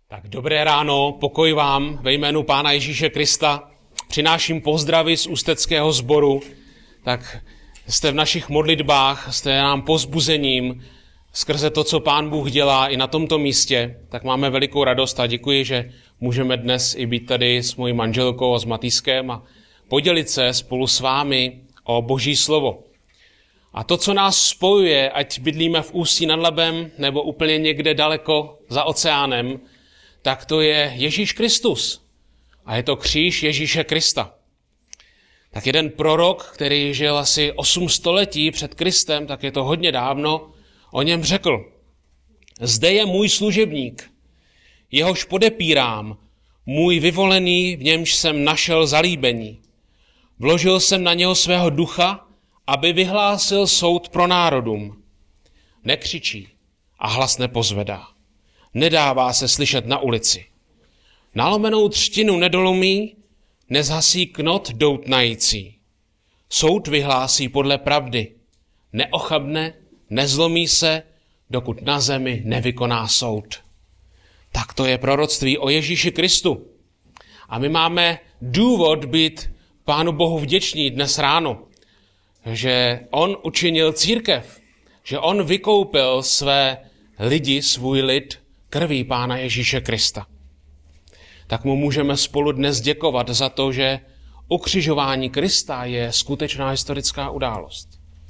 Tak dobré ráno, pokoj vám ve jménu Pána Ježíše Krista. Přináším pozdravy z ústeckého sboru. Tak jste v našich modlitbách, jste nám povzbuzením skrze to, co Pán Bůh dělá i na tomto místě. Tak máme velikou radost a děkuji, že můžeme dnes i být tady s mojí manželkou a s Matýskem a podělit se spolu s vámi o Boží slovo. A to, co nás spojuje, ať bydlíme v Ústí nad Labem nebo úplně někde daleko za oceánem, tak to je Ježíš Kristus. A je to kříž Ježíše Krista. Tak jeden prorok, který žil asi 8 století před Kristem, tak je to hodně dávno, o něm řekl: Zde je můj služebník, jehož podepírám, můj vyvolený, v němž jsem našel zalíbení. Vložil jsem na něho svého ducha, aby vyhlásil soud pro národům. Nekřičí a hlas nepozvedá. Nedává se slyšet na ulici. Nalomenou třtinu nedolomí, nezhasí knot doutnající. Soud vyhlásí podle pravdy. Neochabne, nezlomí se, dokud na zemi nevykoná soud. Tak to je proroctví o Ježíši Kristu. A my máme důvod být Pánu Bohu vděční dnes ráno, že on učinil církev, že on vykoupil své lidi, svůj lid, krví Pána Ježíše Krista. Tak mu můžeme spolu dnes děkovat za to, že ukřižování Krista je skutečná historická událost.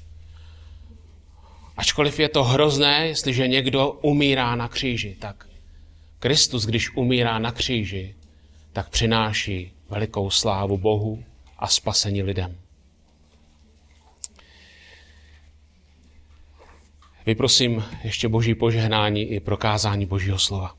Ačkoliv je to hrozné, jestliže někdo umírá na kříži, tak Kristus, když umírá na kříži, tak přináší velikou slávu Bohu a spasení lidem. Vyprosím ještě Boží požehnání i prokázání Božího slova.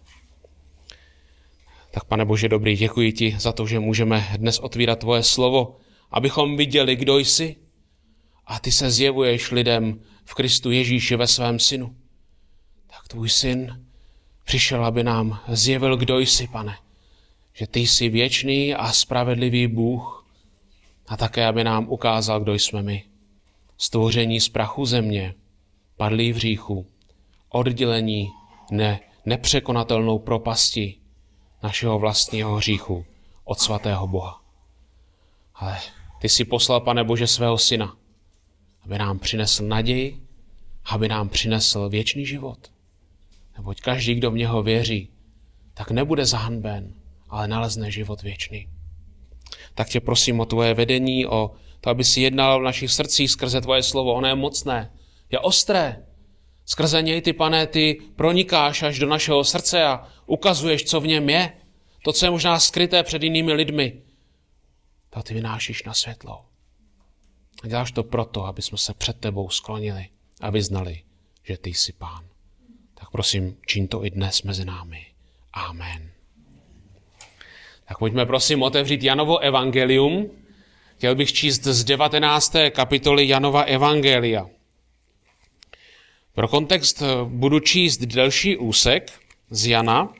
Tak Pane Bože dobrý, děkuji ti za to, že můžeme dnes otvírat tvoje slovo, abychom viděli, kdo jsi. A ty se zjevuješ lidem v Kristu Ježíši ve svém synu. Tak tvůj syn přišel, aby nám zjevil, kdo jsi, Pane. Že ty jsi věčný a spravedlivý Bůh. A také, aby nám ukázal, kdo jsme my. Stvoření z prachu země, padlí v hříchu, oddělení nepřekonatelnou propastí našeho vlastního hříchu od svatého Boha. Ale ty jsi poslal, Pane Bože, svého syna, aby nám přinesl naději, aby nám přinesl věčný život. Neboť každý, kdo v něho věří, tak nebude zahanben, ale nalezne život věčný. Tak tě prosím o tvoje vedení, o to, aby si jednal v našich srdcích skrze tvoje slovo. Ono je mocné, je ostré. Skrze něj ty, Pane, ty pronikáš až do našeho srdce a ukazuješ, co v něm je. To, co je možná skryté před jinými lidmi, to ty vynášíš na světlo. A děláš to proto, aby jsme se před tebou sklonili a vyznali, že ty jsi Pán. Tak prosím, čiň to i dnes mezi námi. Amen. Tak pojďme prosím otevřít Janovo evangelium. Chtěl bych číst z 19. kapitoly Janova evangelia. Pro kontext budu číst delší úsek z Jana.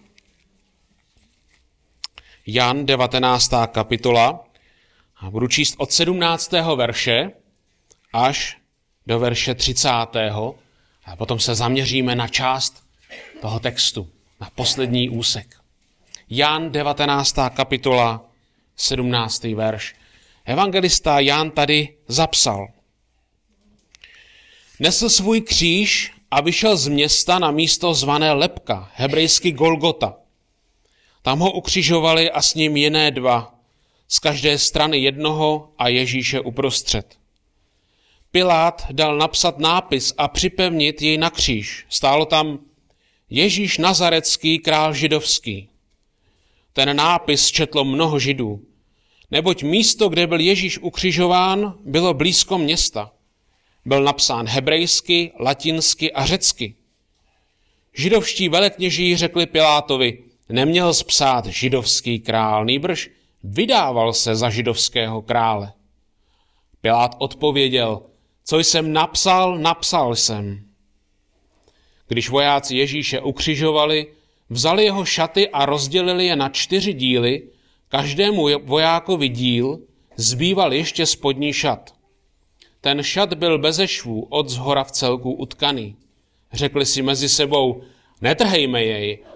Jan, 19. kapitola. A budu číst od 17. verše až do verše 30. A potom se zaměříme na část toho textu, na poslední úsek. Jan, 19. kapitola, 17. verš. Evangelista Jan tady zapsal: Nesl svůj kříž a vyšel z města na místo zvané Lebka, hebrejsky Golgota. Tam ho ukřižovali a s ním jiné dva, z každé strany jednoho a Ježíše uprostřed. Pilát dal napsat nápis a připevnit jej na kříž. Stálo tam: Ježíš Nazarecký, král židovský. Ten nápis četlo mnoho Židů, neboť místo, kde byl Ježíš ukřižován, bylo blízko města. Byl napsán hebrejsky, latinsky a řecky. Židovští velekněží řekli Pilátovi: Neměl spsát židovský král, nýbrž vydával se za židovského krále. Pilát odpověděl: Co jsem napsal, napsal jsem. Když vojáci Ježíše ukřižovali, vzali jeho šaty a rozdělili je na 4 díly, každému vojákovi díl zbýval ještě spodní šat. Ten šat byl beze švů, od zhora v celku utkaný. Řekli si mezi sebou: Netrhejme jej,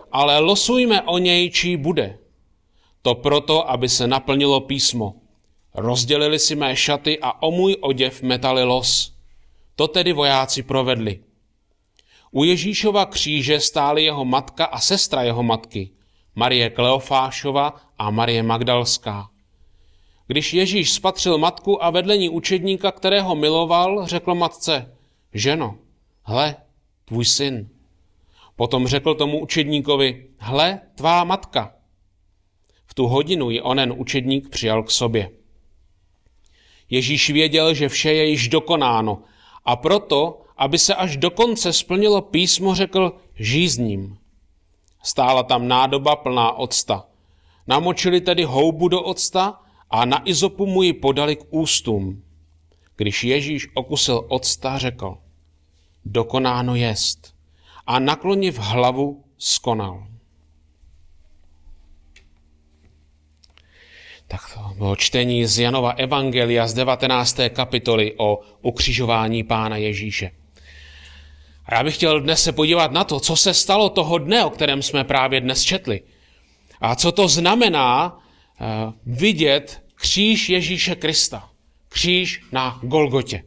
ale losujme o něj, čí bude. To proto, aby se naplnilo písmo. Rozdělili si mé šaty a o můj oděv metali los. To tedy vojáci provedli. U Ježíšova kříže stály jeho matka a sestra jeho matky, Marie Kleofášova a Marie Magdalská. Když Ježíš spatřil matku a vedle ní učedníka, kterého miloval, řekl matce: ženo, hle, tvůj syn. Potom řekl tomu učedníkovi: hle, tvá matka. V tu hodinu ji onen učedník přijal k sobě. Ježíš věděl, že vše je již dokonáno, a proto, aby se až do konce splnilo písmo, řekl: žízním. Stála tam nádoba plná octa. Namočili tedy houbu do octa a na izopu mu ji podali k ústům. Když Ježíš okusil octa, řekl: dokonáno jest. A nakloniv hlavu, skonal. Tak to bylo čtení z Janova evangelia z 19. kapitoly o ukřižování Pána Ježíše. A já bych chtěl dnes se podívat na to, co se stalo toho dne, o kterém jsme právě dnes četli. A co to znamená vidět kříž Ježíše Krista. Kříž na Golgotě.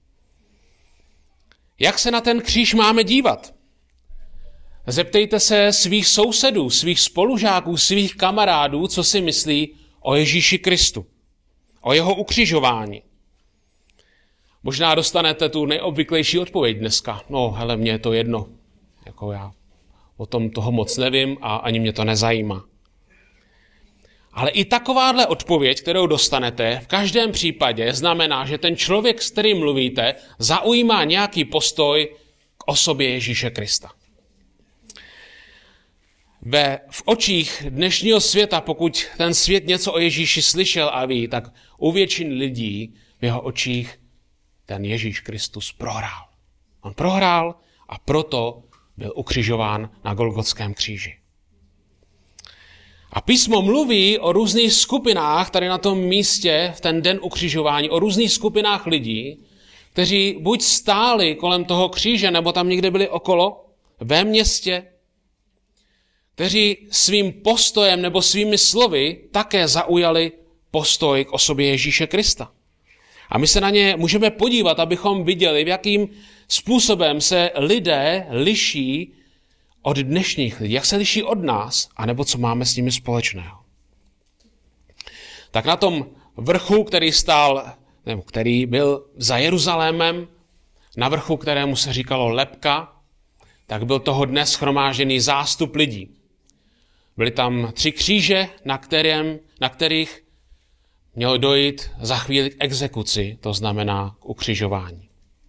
Jak se na ten kříž máme dívat? Zeptejte se svých sousedů, svých spolužáků, svých kamarádů, co si myslí o Ježíši Kristu, o jeho ukřižování. Možná dostanete tu nejobvyklejší odpověď dneska. No, hele, mně je to jedno. Jako já o tom toho moc nevím a ani mě to nezajímá. Ale i takováhle odpověď, kterou dostanete, v každém případě znamená, že ten člověk, s kterým mluvíte, zaujímá nějaký postoj k osobě Ježíše Krista. V očích dnešního světa, pokud ten svět něco o Ježíši slyšel a ví, tak u většiny lidí v jeho očích ten Ježíš Kristus prohrál. On prohrál a proto byl ukřižován na Golgotském kříži. A písmo mluví o různých skupinách tady na tom místě v ten den ukřižování, o různých skupinách lidí, kteří buď stáli kolem toho kříže, nebo tam někde byli okolo, ve městě, kteří svým postojem nebo svými slovy také zaujali postoj k osobě Ježíše Krista. A my se na ně můžeme podívat, abychom viděli, v jakým způsobem se lidé liší od dnešních lidí. Jak se liší od nás, anebo co máme s nimi společného. Tak na tom vrchu, který byl za Jeruzalémem, na vrchu, kterému se říkalo Lebka, tak byl toho dne shromážděný zástup lidí. Byly tam 3 kříže, na kterých mělo dojít za chvíli k exekuci, to znamená k ukřižování.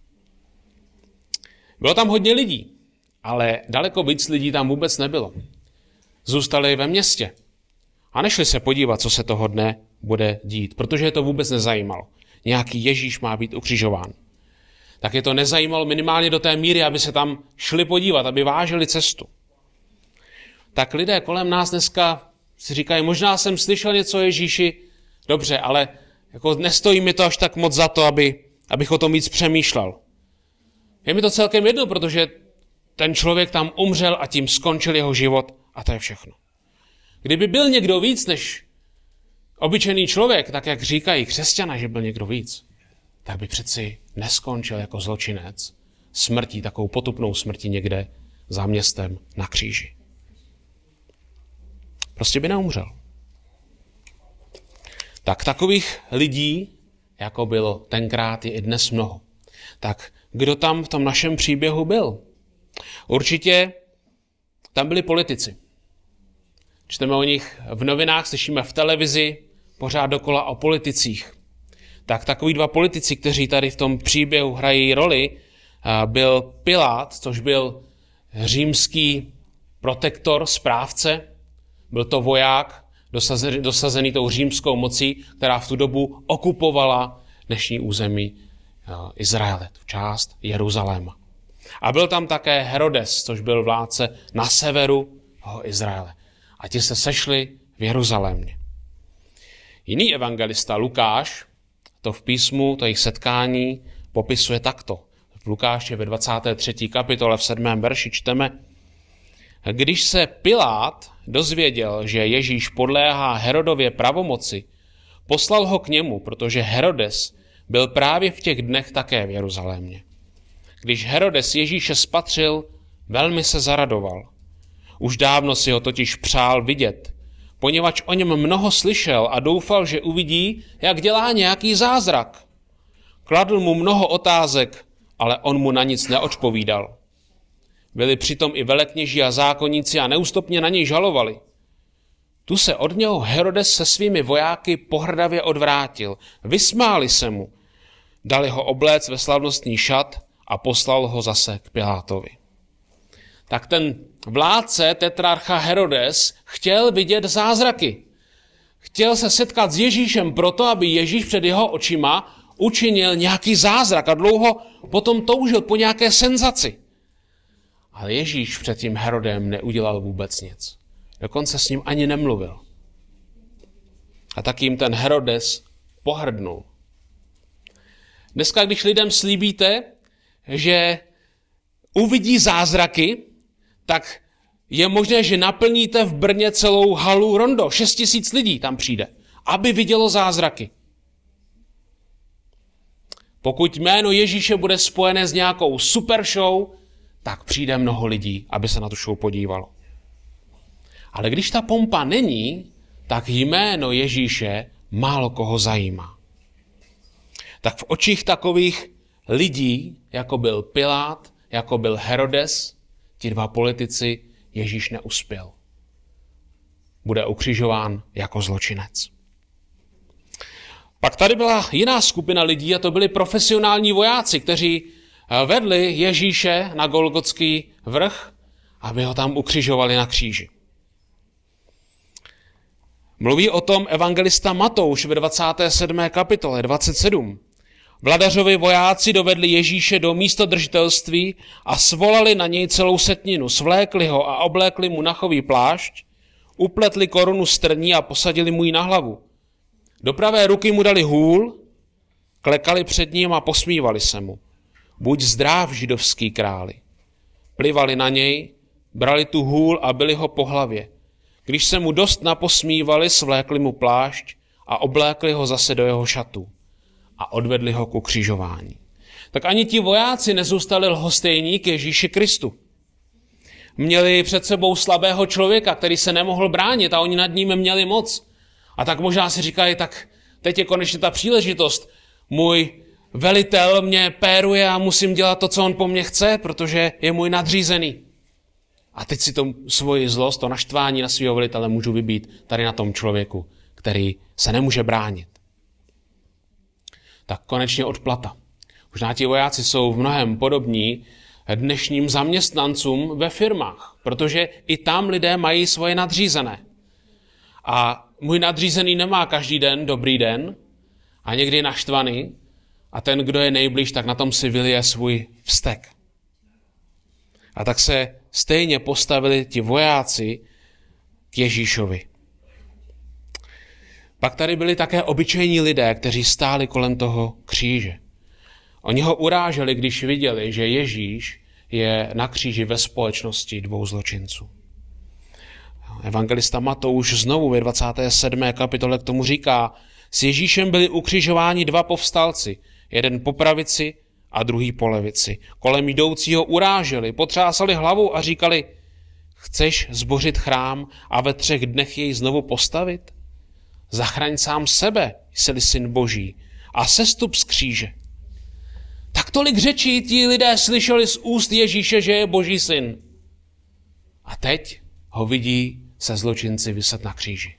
Bylo tam hodně lidí, ale daleko víc lidí tam vůbec nebylo. Zůstali ve městě a nešli se podívat, co se toho dne bude dít, protože je to vůbec nezajímalo. Nějaký Ježíš má být ukřižován. Tak je to nezajímalo minimálně do té míry, aby se tam šli podívat, aby vážili cestu. Tak lidé kolem nás dneska si říkají, možná jsem slyšel něco o Ježíši, dobře, ale jako nestojí mi to až tak moc za to, abych o tom víc přemýšlel. Je mi to celkem jedno, protože ten člověk tam umřel a tím skončil jeho život a to je všechno. Kdyby byl někdo víc než obyčejný člověk, tak jak říkají křesťané, že byl někdo víc, tak by přeci neskončil jako zločinec smrtí, takovou potupnou smrtí někde za městem na kříži. Prostě by neumřel. Tak takových lidí, jako bylo tenkrát, je i dnes mnoho. Tak kdo tam v tom našem příběhu byl? Určitě tam byli politici. Čteme o nich v novinách, slyšíme v televizi, pořád dokola o politicích. Tak takový 2 politici, kteří tady v tom příběhu hrají roli, byl Pilát, což byl římský protektor, správce, byl to voják, dosazený tou římskou mocí, která v tu dobu okupovala dnešní území Izraele, tu část Jeruzaléma. A byl tam také Herodes, což byl vládce na severu Izraele. A ti se sešli v Jeruzalémě. Jiný evangelista Lukáš to v písmu, to jejich setkání popisuje takto. V Lukáši ve 23. kapitole v 7. verši čteme: Když se Pilát dozvěděl, že Ježíš podléhá Herodově pravomoci, poslal ho k němu, protože Herodes byl právě v těch dnech také v Jeruzalémě. Když Herodes Ježíše spatřil, velmi se zaradoval. Už dávno si ho totiž přál vidět, poněvadž o něm mnoho slyšel a doufal, že uvidí, jak dělá nějaký zázrak. Kladl mu mnoho otázek, ale on mu na nic neodpovídal. Byli přitom i velekněží a zákonníci a neústupně na něj žalovali. Tu se od něho Herodes se svými vojáky pohrdavě odvrátil. Vysmáli se mu. Dali ho obléct ve slavnostní šat a poslal ho zase k Pilátovi. Tak ten vládce, tetrarcha Herodes, chtěl vidět zázraky. Chtěl se setkat s Ježíšem proto, aby Ježíš před jeho očima učinil nějaký zázrak a dlouho potom toužil po nějaké senzaci. Ale Ježíš před tím Herodem neudělal vůbec nic. Dokonce s ním ani nemluvil. A tak jim ten Herodes pohrdnul. Dneska, když lidem slíbíte, že uvidí zázraky, tak je možné, že naplníte v Brně celou halu Rondo. 6 000 lidí tam přijde, aby vidělo zázraky. Pokud jméno Ježíše bude spojené s nějakou super show, tak přijde mnoho lidí, aby se na tu show podívalo. Ale když ta pompa není, tak jméno Ježíše málo koho zajímá. Tak v očích takových lidí, jako byl Pilát, jako byl Herodes, ti dva politici, Ježíš neuspěl. Bude ukřižován jako zločinec. Pak tady byla jiná skupina lidí a to byli profesionální vojáci, kteří vedli Ježíše na Golgotský vrch, aby ho tam ukřižovali na kříži. Mluví o tom evangelista Matouš ve 27. kapitole 27. Vladařovi vojáci dovedli Ježíše do místodržitelství a svolali na něj celou setninu, svlékli ho a oblékli mu nachový plášť, upletli korunu strní a posadili mu ji na hlavu. Do pravé ruky mu dali hůl, klekali před ním a posmívali se mu. Buď zdrav, židovský králi. Plivali na něj, brali tu hůl a bili ho po hlavě. Když se mu dost naposmívali, svlékli mu plášť a oblékli ho zase do jeho šatů a odvedli ho k ukřižování. Tak ani ti vojáci nezůstali lhostejní k Ježíši Kristu. Měli před sebou slabého člověka, který se nemohl bránit a oni nad ním měli moc. A tak možná si říkají, tak teď je konečně ta příležitost. Můj velitel mě péruje a musím dělat to, co on po mně chce, protože je můj nadřízený. A teď si to svoji zlost, to naštvání na svého velitele můžu vybít tady na tom člověku, který se nemůže bránit. Tak konečně odplata. Možná ti vojáci jsou v mnohem podobní dnešním zaměstnancům ve firmách, protože i tam lidé mají svoje nadřízené. A můj nadřízený nemá každý den dobrý den a někdy naštvaný a ten, kdo je nejblíž, tak na tom si vylije svůj vztek. A tak se stejně postavili ti vojáci k Ježíšovi. Pak tady byli také obyčejní lidé, kteří stáli kolem toho kříže. Oni ho uráželi, když viděli, že Ježíš je na kříži ve společnosti dvou zločinců. Evangelista Matouš znovu ve 27. kapitole k tomu říká, s Ježíšem byli ukřižováni dva povstalci, jeden po pravici a druhý po levici. Kolem jdoucího uráželi, potřásali hlavou a říkali, chceš zbořit chrám a ve 3 dnech jej znovu postavit? Zachraň sám sebe, jsi-li syn Boží, a sestup z kříže. Tak tolik řečí ti lidé slyšeli z úst Ježíše, že je Boží syn. A teď ho vidí se zločinci viset na kříži.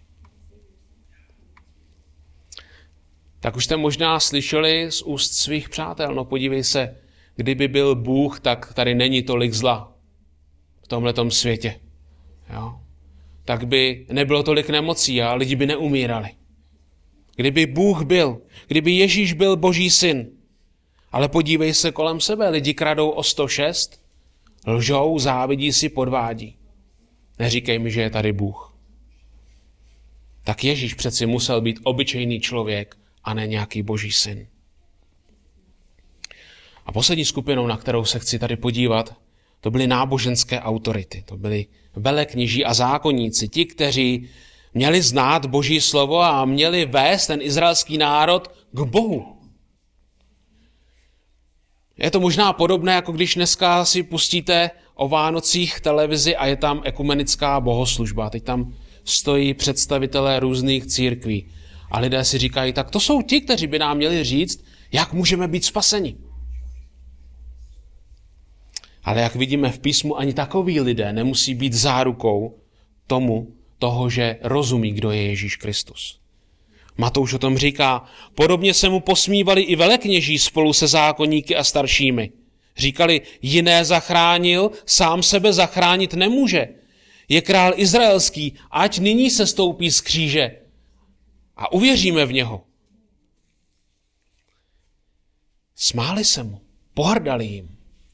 Tak už jste možná slyšeli z úst svých přátel, no podívej se, kdyby byl Bůh, tak tady není tolik zla v tomhletom světě. Jo? Tak by nebylo tolik nemocí a lidi by neumírali. Kdyby Bůh byl, kdyby Ježíš byl Boží syn, ale podívej se kolem sebe, lidi kradou o 106, lžou, závidí si, podvádí. Neříkej mi, že je tady Bůh. Tak Ježíš přeci musel být obyčejný člověk a ne nějaký Boží syn. A poslední skupinou, na kterou se chci tady podívat, To byly náboženské autority, to byli velekněží a zákonníci, ti, kteří měli znát Boží slovo a měli vést ten izraelský národ k Bohu. Je to možná podobné, jako když dneska si pustíte o Vánocích televizi a je tam ekumenická bohoslužba. Teď tam stojí představitelé různých církví. A lidé si říkají, tak to jsou ti, kteří by nám měli říct, jak můžeme být spaseni. Ale jak vidíme v písmu, ani takoví lidé nemusí být zárukou toho, že rozumí, kdo je Ježíš Kristus. Matouš o tom říká, podobně se mu posmívali i velekněží spolu se zákonníky a staršími. Říkali, jiné zachránil, sám sebe zachránit nemůže. Je král izraelský, ať nyní se stoupí z kříže a uvěříme v něho. Smáli se mu, pohrdali jim.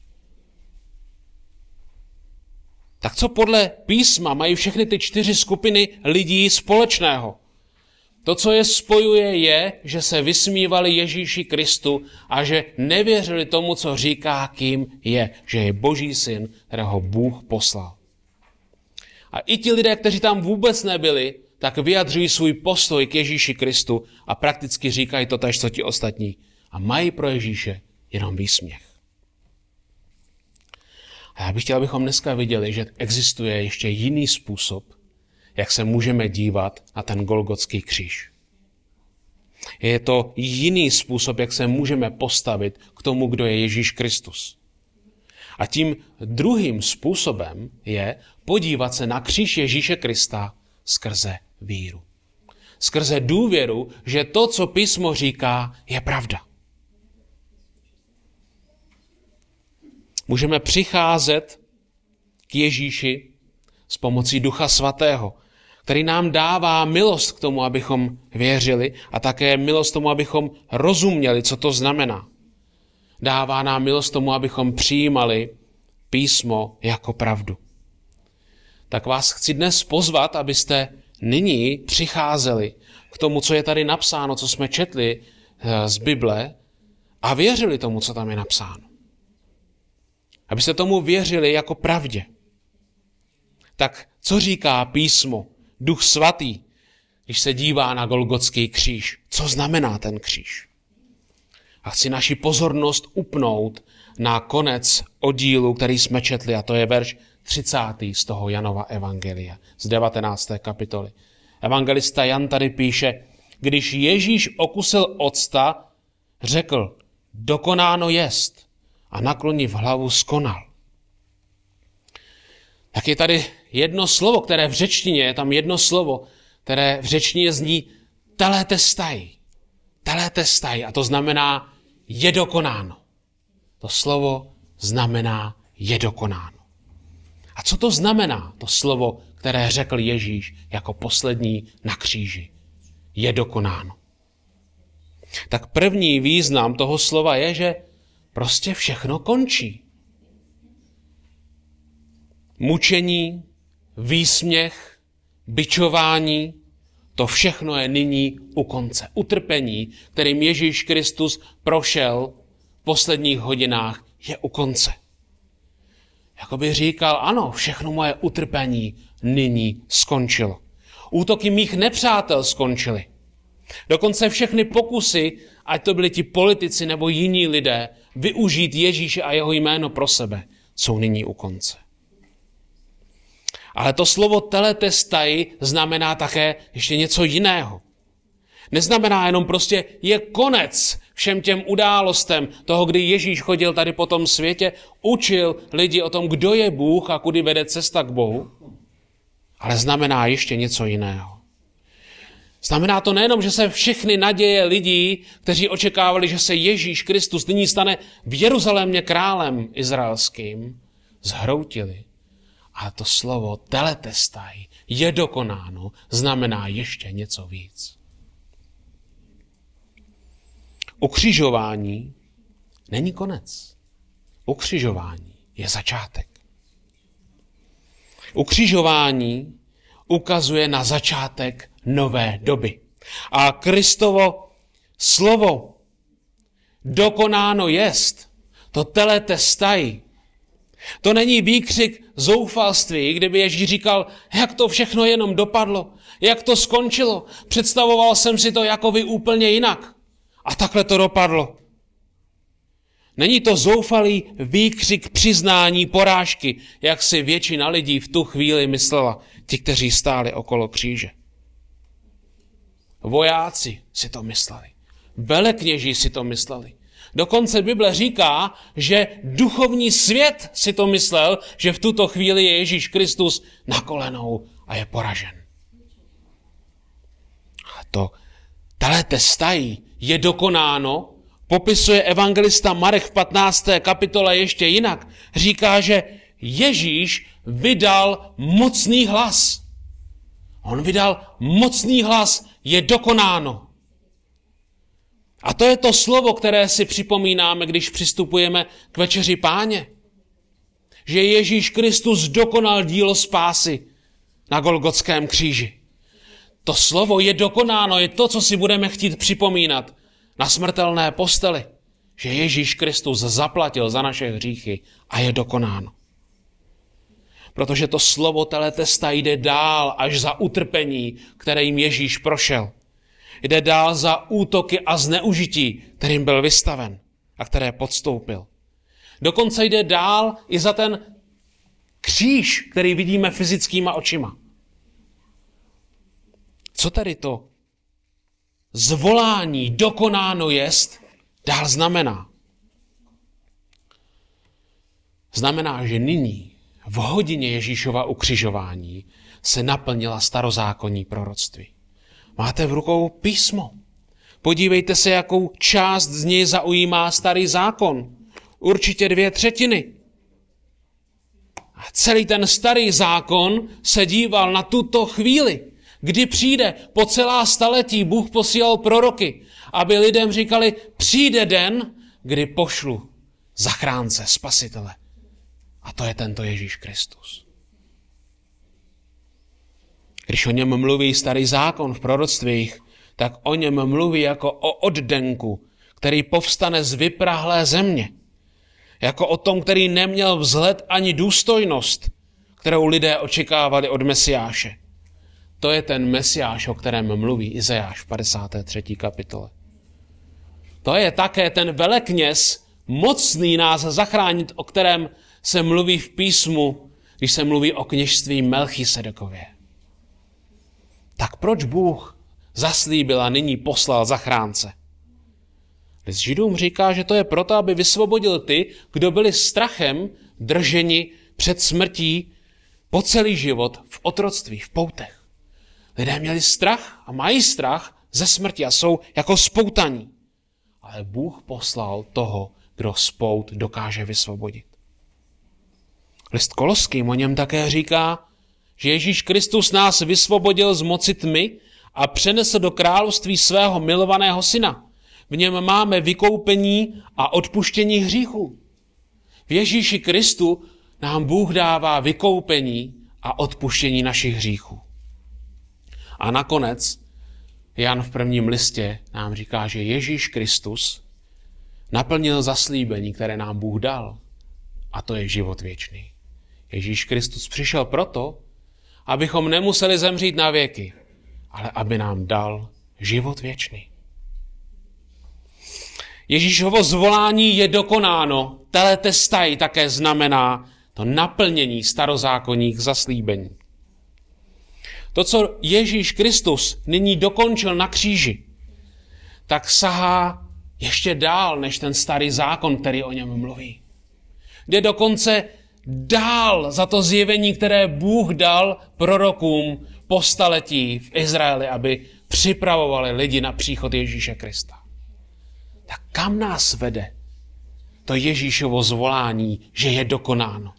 Tak co podle písma mají všechny ty 4 skupiny lidí společného? To, co je spojuje, je, že se vysmívali Ježíši Kristu a že nevěřili tomu, co říká, kým je, že je Boží syn, kterého Bůh poslal. A i ti lidé, kteří tam vůbec nebyli, tak vyjadřují svůj postoj k Ježíši Kristu a prakticky říkají to též, co ti ostatní. A mají pro Ježíše jenom výsměch. A já bych chtěl, abychom dneska viděli, že existuje ještě jiný způsob, jak se můžeme dívat na ten Golgotský kříž. Je to jiný způsob, jak se můžeme postavit k tomu, kdo je Ježíš Kristus. A tím druhým způsobem je podívat se na kříž Ježíše Krista skrze víru. Skrze důvěru, že to, co písmo říká, je pravda. Můžeme přicházet k Ježíši s pomocí Ducha Svatého, který nám dává milost k tomu, abychom věřili a také milost k tomu, abychom rozuměli, co to znamená. Dává nám milost k tomu, abychom přijímali písmo jako pravdu. Tak vás chci dnes pozvat, abyste nyní přicházeli k tomu, co je tady napsáno, co jsme četli z Bible a věřili tomu, co tam je napsáno. Abyste tomu věřili jako pravdě. Tak co říká písmo, Duch Svatý, když se dívá na Golgotský kříž? Co znamená ten kříž? A chci naši pozornost upnout na konec oddílu, který jsme četli, a to je verš 30. z toho Janova evangelia, z 19. kapitoly. Evangelista Jan tady píše, když Ježíš okusil octa, řekl, dokonáno jest, a nakloniv hlavu skonal. Tak je tady jedno slovo, které v řečtině, je tam jedno slovo, které v řečtině zní teletestai. Teletestai, a to znamená je dokonáno. To slovo znamená je dokonáno. A co to znamená, to slovo, které řekl Ježíš jako poslední na kříži? Je dokonáno. Tak první význam toho slova je, že prostě všechno končí. Mučení, výsměch, bičování, to všechno je nyní u konce. Utrpení, kterým Ježíš Kristus prošel v posledních hodinách, je u konce. Jakoby říkal, ano, všechno moje utrpení nyní skončilo. Útoky mých nepřátel skončily. Dokonce všechny pokusy, ať to byli ti politici nebo jiní lidé, využít Ježíše a jeho jméno pro sebe, jsou nyní u konce. Ale to slovo teletestai znamená také ještě něco jiného. Neznamená jenom prostě je konec všem těm událostem toho, kdy Ježíš chodil tady po tom světě, učil lidi o tom, kdo je Bůh a kudy vede cesta k Bohu, ale znamená ještě něco jiného. Znamená to nejenom, že se všechny naděje lidí, kteří očekávali, že se Ježíš Kristus nyní stane v Jeruzalémě králem izraelským, zhroutili. Ale to slovo teletestai, je dokonáno, znamená ještě něco víc. Ukřižování není konec. Ukřižování je začátek. Ukřižování ukazuje na začátek nové doby. A Kristovo slovo dokonáno jest, to teletestai, To není výkřik zoufalství, kdyby Ježíš říkal, jak to všechno jenom dopadlo, jak to skončilo, představoval jsem si to jako vy úplně jinak. A takhle to dopadlo. Není to zoufalý výkřik přiznání porážky, jak si většina lidí v tu chvíli myslela, ti, kteří stáli okolo kříže. Vojáci si to mysleli. Velekněží si to mysleli. Dokonce Bible říká, že duchovní svět si to myslel, že v tuto chvíli je Ježíš Kristus na kolenou a je poražen. A to teletestai je dokonáno, popisuje evangelista Marek v 15. kapitole ještě jinak. Říká, že Ježíš vydal mocný hlas. On vydal mocný hlas, je dokonáno. A to je to slovo, které si připomínáme, když přistupujeme k večeři Páně. Že Ježíš Kristus dokonal dílo spásy na Golgotském kříži. To slovo je dokonáno, je to, co si budeme chtít připomínat na smrtelné posteli. Že Ježíš Kristus zaplatil za naše hříchy a je dokonáno. Protože to slovo teletesta jde dál až za utrpení, kterým Ježíš prošel. Jde dál za útoky a zneužití, kterým byl vystaven a které podstoupil. Dokonce jde dál i za ten kříž, který vidíme fyzickýma očima. Co tedy to zvolání dokonáno jest, dál znamená? Znamená, že nyní, v hodině Ježíšova ukřižování, se naplnila starozákonní proroctví. Máte v rukou písmo. Podívejte se, jakou část z něj zaujímá starý zákon. Určitě 2/3. A celý ten starý zákon se díval na tuto chvíli, kdy přijde po celá staletí. Bůh posílal proroky, aby lidem říkali, přijde den, kdy pošlu zachránce, spasitele. A to je tento Ježíš Kristus. Když o něm mluví starý zákon v proroctvích, tak o něm mluví jako o oddenku, který povstane z vyprahlé země. Jako o tom, který neměl vzhled ani důstojnost, kterou lidé očekávali od Mesiáše. To je ten Mesiáš, o kterém mluví Izajáš v 53. kapitole. To je také ten velekněz, mocný nás zachránit, o kterém se mluví v písmu, když se mluví o kněžství Melchisedekově. Tak proč Bůh zaslíbil a nyní poslal zachránce? List Židům říká, že to je proto, aby vysvobodil ty, kdo byli strachem drženi před smrtí po celý život v otroctví, v poutech. Lidé měli strach a mají strach ze smrti a jsou jako spoutaní. Ale Bůh poslal toho, kdo spout dokáže vysvobodit. List Koloským o něm také říká, že Ježíš Kristus nás vysvobodil z moci tmy a přenesl do království svého milovaného syna. V něm máme vykoupení a odpuštění hříchů. V Ježíši Kristu nám Bůh dává vykoupení a odpuštění našich hříchů. A nakonec Jan v 1. listě nám říká, že Ježíš Kristus naplnil zaslíbení, které nám Bůh dal. A to je život věčný. Ježíš Kristus přišel proto, abychom nemuseli zemřít na věky, ale aby nám dal život věčný. Ježíšovo zvolání je dokonáno. Teletestai také znamená to naplnění starozákonních zaslíbení. To, co Ježíš Kristus nyní dokončil na kříži, tak sahá ještě dál než ten starý zákon, který o něm mluví. Jde dokonce dál za to zjevení, které Bůh dal prorokům po staletí v Izraeli, aby připravovali lidi na příchod Ježíše Krista. Tak kam nás vede to Ježíšovo zvolání, že je dokonáno?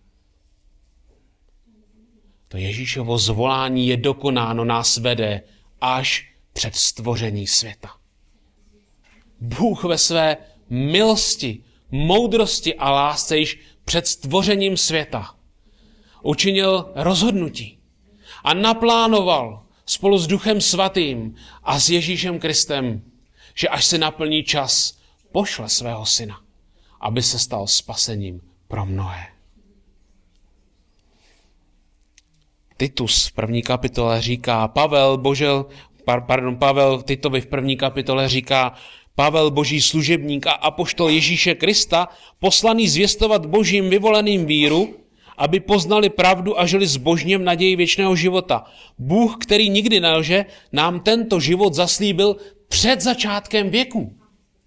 To Ježíšovo zvolání je dokonáno, nás vede až před stvoření světa. Bůh ve své milosti, moudrosti a lásce již před stvořením světa učinil rozhodnutí a naplánoval spolu s Duchem Svatým a s Ježíšem Kristem, že až se naplní čas, pošle svého syna, aby se stal spasením pro mnohé. Titus v 1. kapitole říká, Pavel Titovi v 1. kapitole říká, Pavel, boží služebník a apoštol Ježíše Krista, poslaný zvěstovat božím vyvoleným víru, aby poznali pravdu a žili zbožně v naději věčného života. Bůh, který nikdy nelže, nám tento život zaslíbil před začátkem věku.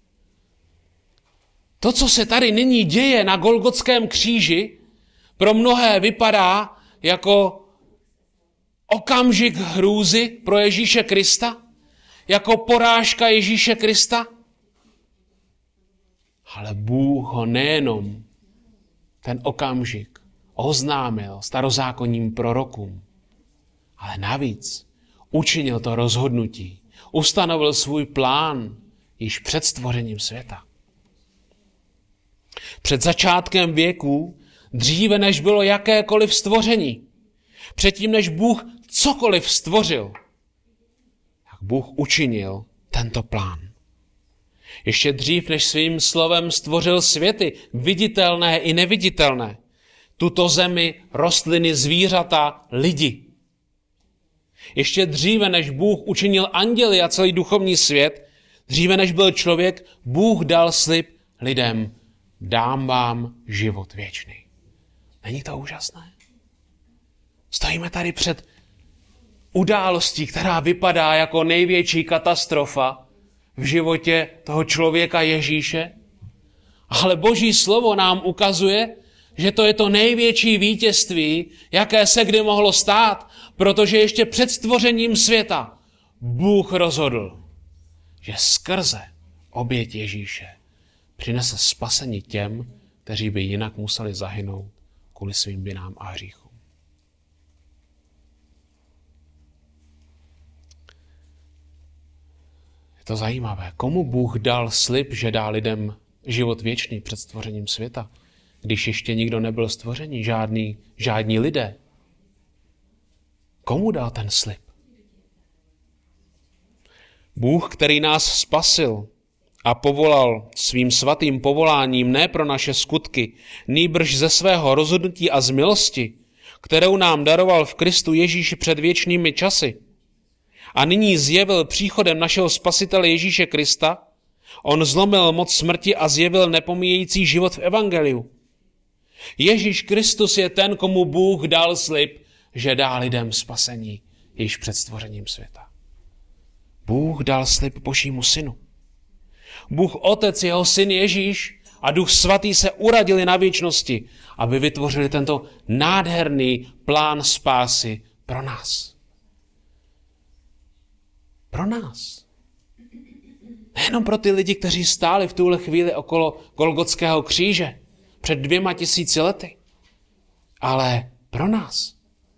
To, co se tady nyní děje na Golgotském kříži, pro mnohé vypadá jako okamžik hrůzy pro Ježíše Krista, jako porážka Ježíše Krista. Ale Bůh ho nejenom ten okamžik oznámil starozákonním prorokům, ale navíc učinil to rozhodnutí, ustanovil svůj plán již před stvořením světa. Před začátkem věků, dříve než bylo jakékoliv stvoření, předtím než Bůh cokoliv stvořil, tak Bůh učinil tento plán. Ještě dřív, než svým slovem stvořil světy, viditelné i neviditelné, tuto zemi, rostliny, zvířata, lidi. Ještě dříve, než Bůh učinil anděly a celý duchovní svět, dříve, než byl člověk, Bůh dal slib lidem, dám vám život věčný. Není to úžasné? Stojíme tady před událostí, která vypadá jako největší katastrofa v životě toho člověka Ježíše. Ale Boží slovo nám ukazuje, že to je to největší vítězství, jaké se kdy mohlo stát, protože ještě před stvořením světa Bůh rozhodl, že skrze oběť Ježíše přinese spasení těm, kteří by jinak museli zahynout kvůli svým vinám a hříchům. Je to zajímavé. Komu Bůh dal slib, že dá lidem život věčný před stvořením světa, když ještě nikdo nebyl stvoření, žádní lidé? Komu dal ten slib? Bůh, který nás spasil a povolal svým svatým povoláním ne pro naše skutky, nýbrž ze svého rozhodnutí a z milosti, kterou nám daroval v Kristu Ježíši před věčnými časy, a nyní zjevil příchodem našeho spasitele Ježíše Krista, on zlomil moc smrti a zjevil nepomíjející život v evangeliu. Ježíš Kristus je ten, komu Bůh dal slib, že dá lidem spasení již před stvořením světa. Bůh dal slib Božímu synu. Bůh Otec, jeho syn Ježíš a Duch Svatý se uradili na věčnosti, aby vytvořili tento nádherný plán spásy pro nás. Pro nás. Nejenom pro ty lidi, kteří stáli v tuhle chvíli okolo Golgotského kříže před 2000 lety, ale pro nás.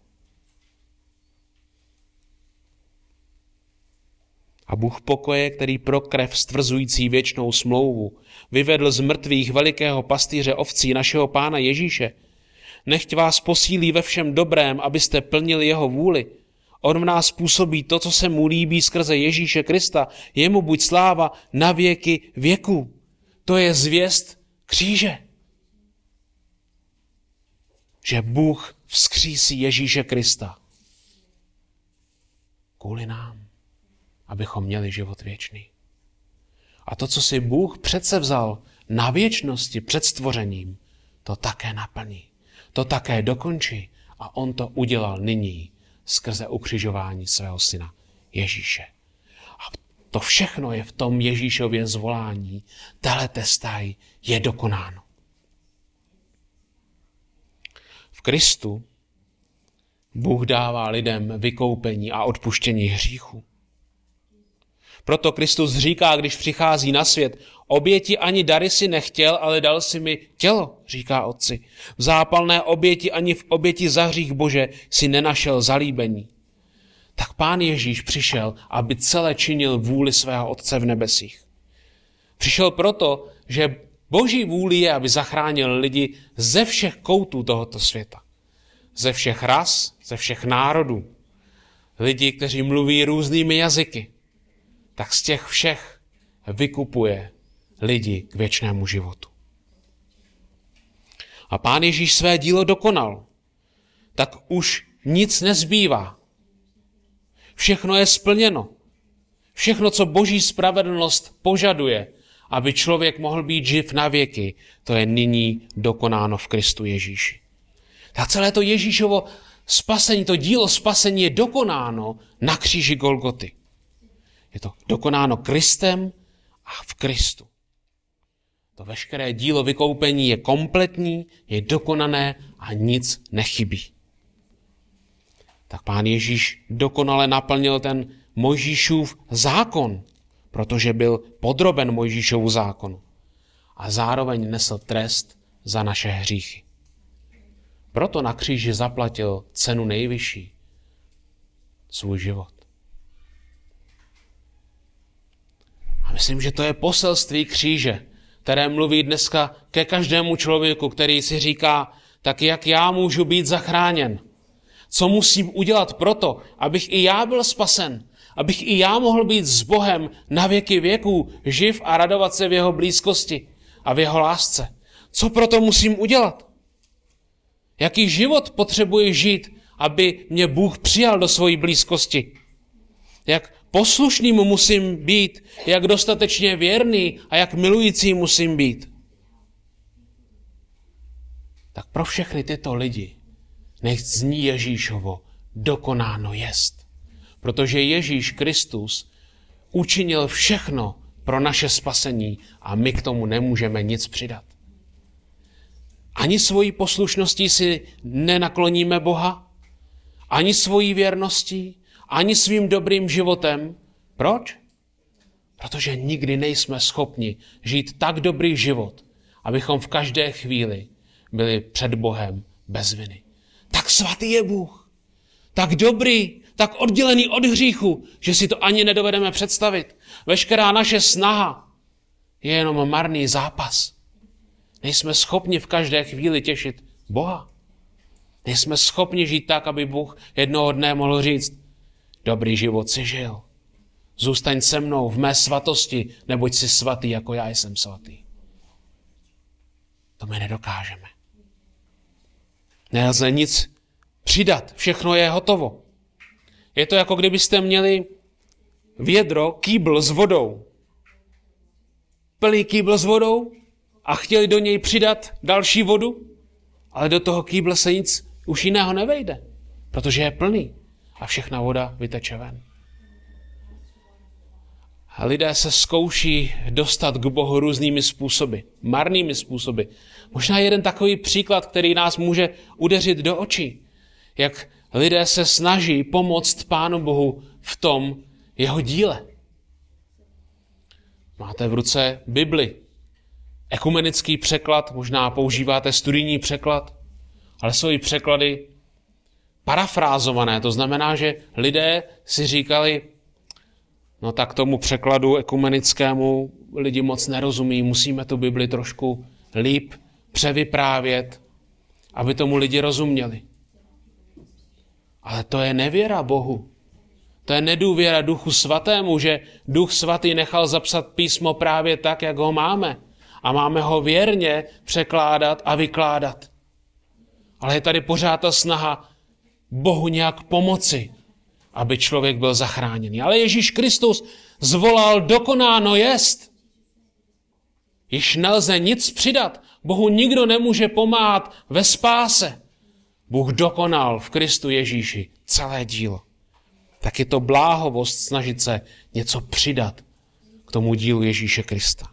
A Bůh pokoje, který pro krev stvrzující věčnou smlouvu vyvedl z mrtvých velikého pastýře ovcí našeho Pána Ježíše, nechť vás posílí ve všem dobrém, abyste plnili jeho vůli. On v nás působí to, co se mu líbí skrze Ježíše Krista. Jemu buď sláva na věky věků. To je zvěst kříže. Že Bůh vzkřísí Ježíše Krista kvůli nám, abychom měli život věčný. A to, co si Bůh předsevzal na věčnosti před stvořením, to také naplní. To také dokončí a on to udělal nyní skrze ukřižování svého syna Ježíše. A to všechno je v tom Ježíšově zvolání. Teletestai je dokonáno. V Kristu Bůh dává lidem vykoupení a odpuštění hříchů. Proto Kristus říká, když přichází na svět, oběti ani dary si nechtěl, ale dal si mi tělo, říká Otci. V zápalné oběti ani v oběti za hřích Bože si nenašel zalíbení. Tak Pán Ježíš přišel, aby celé činil vůli svého Otce v nebesích. Přišel proto, že Boží vůli je, aby zachránil lidi ze všech koutů tohoto světa. Ze všech ras, ze všech národů. Lidi, kteří mluví různými jazyky. Tak z těch všech vykupuje lidi k věčnému životu. A Pán Ježíš své dílo dokonal. Tak už nic nezbývá. Všechno je splněno. Všechno, co Boží spravedlnost požaduje, aby člověk mohl být živ na věky, to je nyní dokonáno v Kristu Ježíši. A celé to Ježíšovo spasení, to dílo spasení je dokonáno na kříži Golgoty. Je to dokonáno Kristem a v Kristu. To veškeré dílo vykoupení je kompletní, je dokonané a nic nechybí. Tak Pán Ježíš dokonale naplnil ten Mojžíšův zákon, protože byl podroben Mojžíšovu zákonu. A zároveň nesl trest za naše hříchy. Proto na kříži zaplatil cenu nejvyšší, svůj život. A myslím, že to je poselství kříže, které mluví dneska ke každému člověku, který si říká, tak jak já můžu být zachráněn? Co musím udělat proto, abych i já byl spasen? Abych i já mohl být s Bohem na věky věků, živ a radovat se v jeho blízkosti a v jeho lásce? Co proto musím udělat? Jaký život potřebuji žít, aby mě Bůh přijal do své blízkosti? Jak poslušným musím být, jak dostatečně věrný a jak milující musím být? Tak pro všechny tyto lidi nech zní Ježíšovo dokonáno jest. Protože Ježíš Kristus učinil všechno pro naše spasení a my k tomu nemůžeme nic přidat. Ani svojí poslušností si nenakloníme Boha, ani svojí věrností, ani svým dobrým životem. Proč? Protože nikdy nejsme schopni žít tak dobrý život, abychom v každé chvíli byli před Bohem bez viny. Tak svatý je Bůh, tak dobrý, tak oddělený od hříchu, že si to ani nedovedeme představit. Veškerá naše snaha je jenom marný zápas. Nejsme schopni v každé chvíli těšit Boha. Nejsme schopni žít tak, aby Bůh jednoho dne mohl říct, dobrý život si žil. Zůstaň se mnou v mé svatosti, neboť jsi svatý, jako já jsem svatý. To my nedokážeme. Nelze nic přidat, všechno je hotovo. Je to jako kdybyste měli vědro, kýbl s vodou. Plný kýbl s vodou a chtěli do něj přidat další vodu, ale do toho kýble se nic už jiného nevejde, protože je plný a všechna voda vyteče ven. A lidé se zkouší dostat k Bohu různými způsoby, marnými způsoby. Možná jeden takový příklad, který nás může udeřit do očí, jak lidé se snaží pomoct Pánu Bohu v tom jeho díle. Máte v ruce Bibli, ekumenický překlad, možná používáte studijní překlad, ale jsou i překlady parafrázované. To znamená, že lidé si říkali, no tak tomu překladu ekumenickému lidi moc nerozumí, musíme tu Bibli trošku líp převyprávět, aby tomu lidi rozuměli. Ale to je nevěra Bohu. To je nedůvěra Duchu Svatému, že Duch Svatý nechal zapsat písmo právě tak, jak ho máme. A máme ho věrně překládat a vykládat. Ale je tady pořád ta snaha Bohu nějak pomoci, aby člověk byl zachráněný. Ale Ježíš Kristus zvolal dokonáno jest. Již nelze nic přidat. Bohu nikdo nemůže pomáhat ve spáse. Bůh dokonal v Kristu Ježíši celé dílo. Tak je to bláhovost snažit se něco přidat k tomu dílu Ježíše Krista.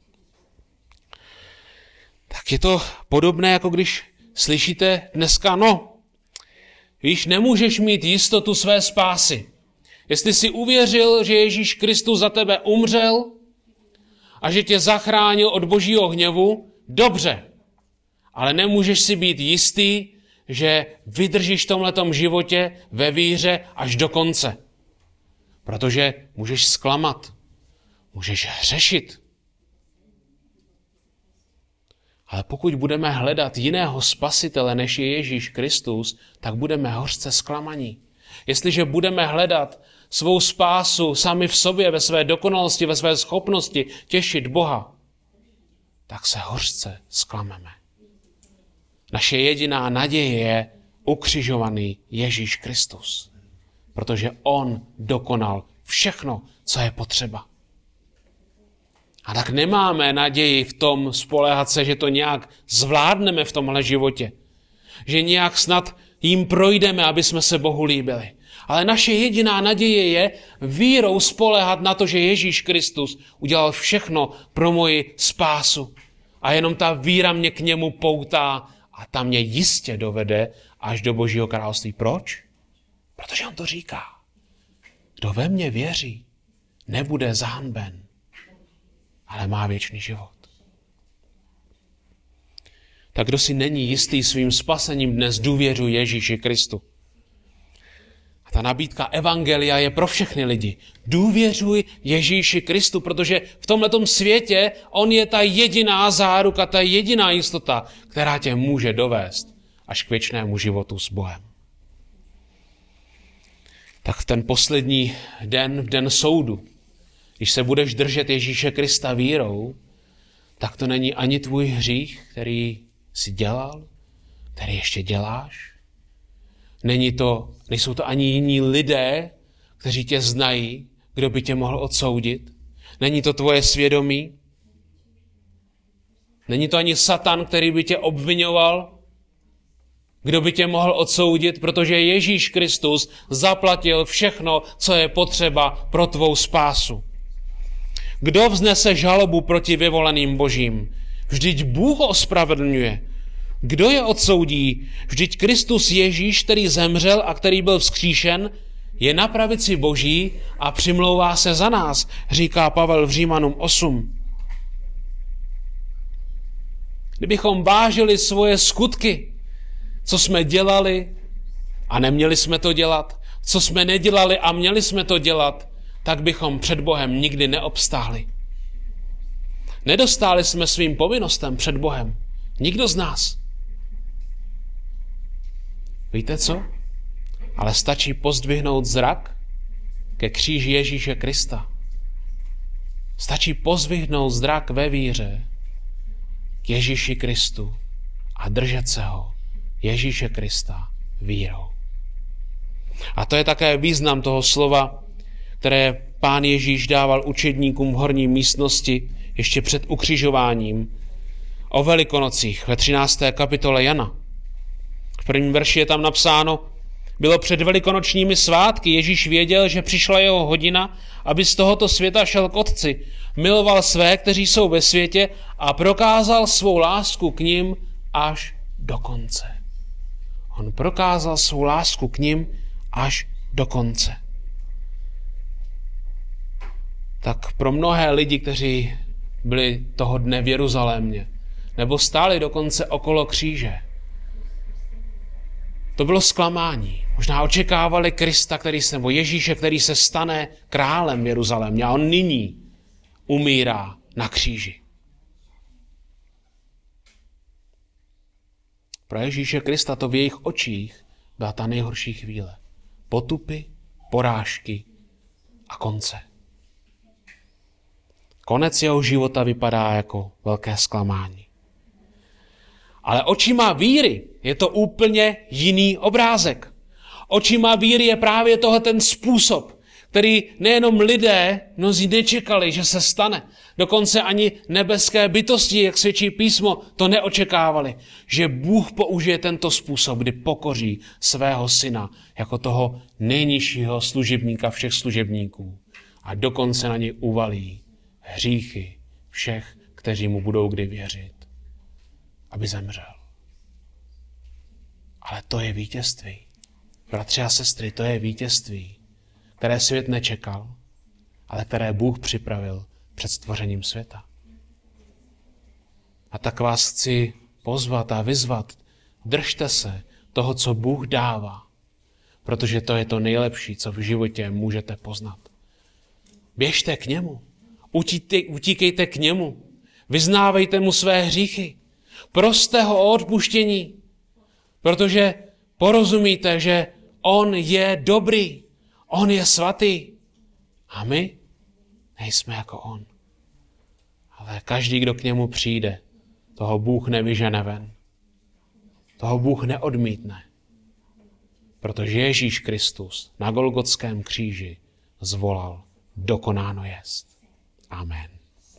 Tak je to podobné, jako když slyšíte dneska, no, víš, nemůžeš mít jistotu své spásy. Jestli jsi uvěřil, že Ježíš Kristus za tebe umřel a že tě zachránil od božího hněvu, dobře, ale nemůžeš si být jistý, že vydržíš v tomhletom životě ve víře až do konce. Protože můžeš zklamat, můžeš hřešit. Ale pokud budeme hledat jiného spasitele, než je Ježíš Kristus, tak budeme hořce zklamaní. Jestliže budeme hledat svou spásu sami v sobě, ve své dokonalosti, ve své schopnosti těšit Boha, tak se hořce zklameme. Naše jediná naděje je ukřižovaný Ježíš Kristus. Protože on dokonal všechno, co je potřeba. A tak nemáme naději v tom spoléhat se, že to nějak zvládneme v tomhle životě. Že nějak snad jim projdeme, aby jsme se Bohu líbili. Ale naše jediná naděje je vírou spoléhat na to, že Ježíš Kristus udělal všechno pro moji spásu. A jenom ta víra mě k němu poutá a ta mě jistě dovede až do Božího království. Proč? Protože on to říká. Kdo ve mně věří, nebude zahanben, ale má věčný život. Tak kdo si není jistý svým spasením, dnes důvěřuj Ježíši Kristu. A ta nabídka evangelia je pro všechny lidi. Důvěřuj Ježíši Kristu, protože v tomhletom světě on je ta jediná záruka, ta jediná jistota, která tě může dovést až k věčnému životu s Bohem. Tak v ten poslední den, v den soudu, když se budeš držet Ježíše Krista vírou, tak to není ani tvůj hřích, který jsi dělal, který ještě děláš. Nejsou to ani jiní lidé, kteří tě znají, kdo by tě mohl odsoudit. Není to tvoje svědomí. Není to ani Satan, který by tě obvinoval, kdo by tě mohl odsoudit, protože Ježíš Kristus zaplatil všechno, co je potřeba pro tvou spásu. Kdo vznese žalobu proti vyvoleným Božím? Vždyť Bůh ospravedlňuje. Kdo je odsoudí? Vždyť Kristus Ježíš, který zemřel a který byl vzkříšen, je na pravici Boží a přimlouvá se za nás, říká Pavel v Římanům 8. Kdybychom vážili svoje skutky, co jsme dělali a neměli jsme to dělat, co jsme nedělali a měli jsme to dělat, tak bychom před Bohem nikdy neobstáli. Nedostáli jsme svým povinnostem před Bohem. Nikdo z nás. Víte co? Ale stačí pozdvihnout zrak ke kříži Ježíše Krista. Stačí pozdvihnout zrak ve víře k Ježíši Kristu a držet se ho, Ježíše Krista, vírou. A to je také význam toho slova, které Pán Ježíš dával učedníkům v horní místnosti ještě před ukřižováním o Velikonocích ve 13. kapitole Jana. V prvním verši je tam napsáno: bylo před velikonočními svátky, Ježíš věděl, že přišla jeho hodina, aby z tohoto světa šel k Otci. Miloval své, kteří jsou ve světě, a prokázal svou lásku k nim až do konce. On prokázal svou lásku k nim až do konce. Tak pro mnohé lidi, kteří byli toho dne v Jeruzalémě, nebo stáli dokonce okolo kříže, to bylo zklamání. Možná očekávali Krista, nebo Ježíše, který se stane králem v Jeruzalémě, a on nyní umírá na kříži. Pro Ježíše Krista to v jejich očích byla ta nejhorší chvíle. Potupy, porážky a konce. Konec jeho života vypadá jako velké zklamání. Ale očima víry je to úplně jiný obrázek. Očima víry je právě tohle ten způsob, který nejenom lidé mnozí nečekali, že se stane. Dokonce ani nebeské bytosti, jak svědčí písmo, to neočekávali. Že Bůh použije tento způsob, kdy pokoří svého syna jako toho nejnižšího služebníka všech služebníků. A dokonce na něj uvalí hříchy všech, kteří mu budou kdy věřit, aby zemřel. Ale to je vítězství. Bratři a sestry, to je vítězství, které svět nečekal, ale které Bůh připravil před stvořením světa. A tak vás chci pozvat a vyzvat, držte se toho, co Bůh dává, protože to je to nejlepší, co v životě můžete poznat. Běžte k němu, utíkejte k němu, vyznávejte mu své hříchy, proste ho o odpuštění, protože porozumíte, že on je dobrý, on je svatý a my nejsme jako on. Ale každý, kdo k němu přijde, toho Bůh nevyžene ven. Toho Bůh neodmítne, protože Ježíš Kristus na Golgotském kříži zvolal: dokonáno jest. Amen.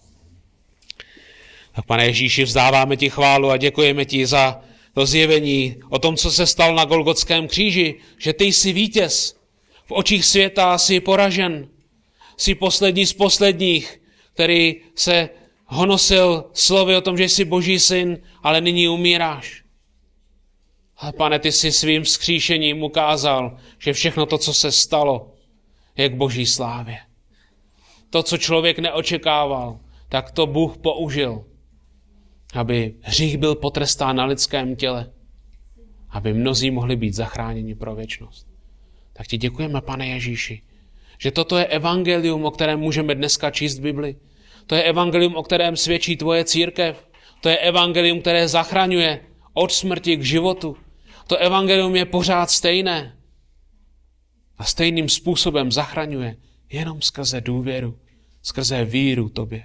Tak Pane Ježíši, vzdáváme ti chválu a děkujeme ti za to zjevení o tom, co se stalo na Golgotském kříži, že ty jsi vítěz. V očích světa jsi poražen. Jsi poslední z posledních, který se honosil slovy o tom, že jsi Boží syn, ale nyní umíráš. A Pane, ty jsi svým vzkříšením ukázal, že všechno to, co se stalo, je k Boží slávě. To, co člověk neočekával, tak to Bůh použil, aby hřích byl potrestán na lidském těle, aby mnozí mohli být zachráněni pro věčnost. Tak ti děkujeme, Pane Ježíši, že toto je evangelium, o kterém můžeme dneska číst Bibli. To je evangelium, o kterém svědčí tvoje církev. To je evangelium, které zachraňuje od smrti k životu. To evangelium je pořád stejné. A stejným způsobem zachraňuje jenom skrze důvěru, skrze víru tobě.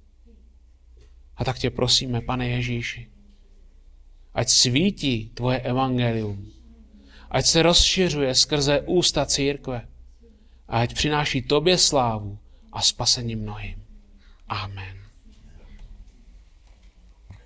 A tak tě prosíme, Pane Ježíši, ať svítí tvoje evangelium, ať se rozšiřuje skrze ústa církve a ať přináší tobě slávu a spasení mnohým. Amen.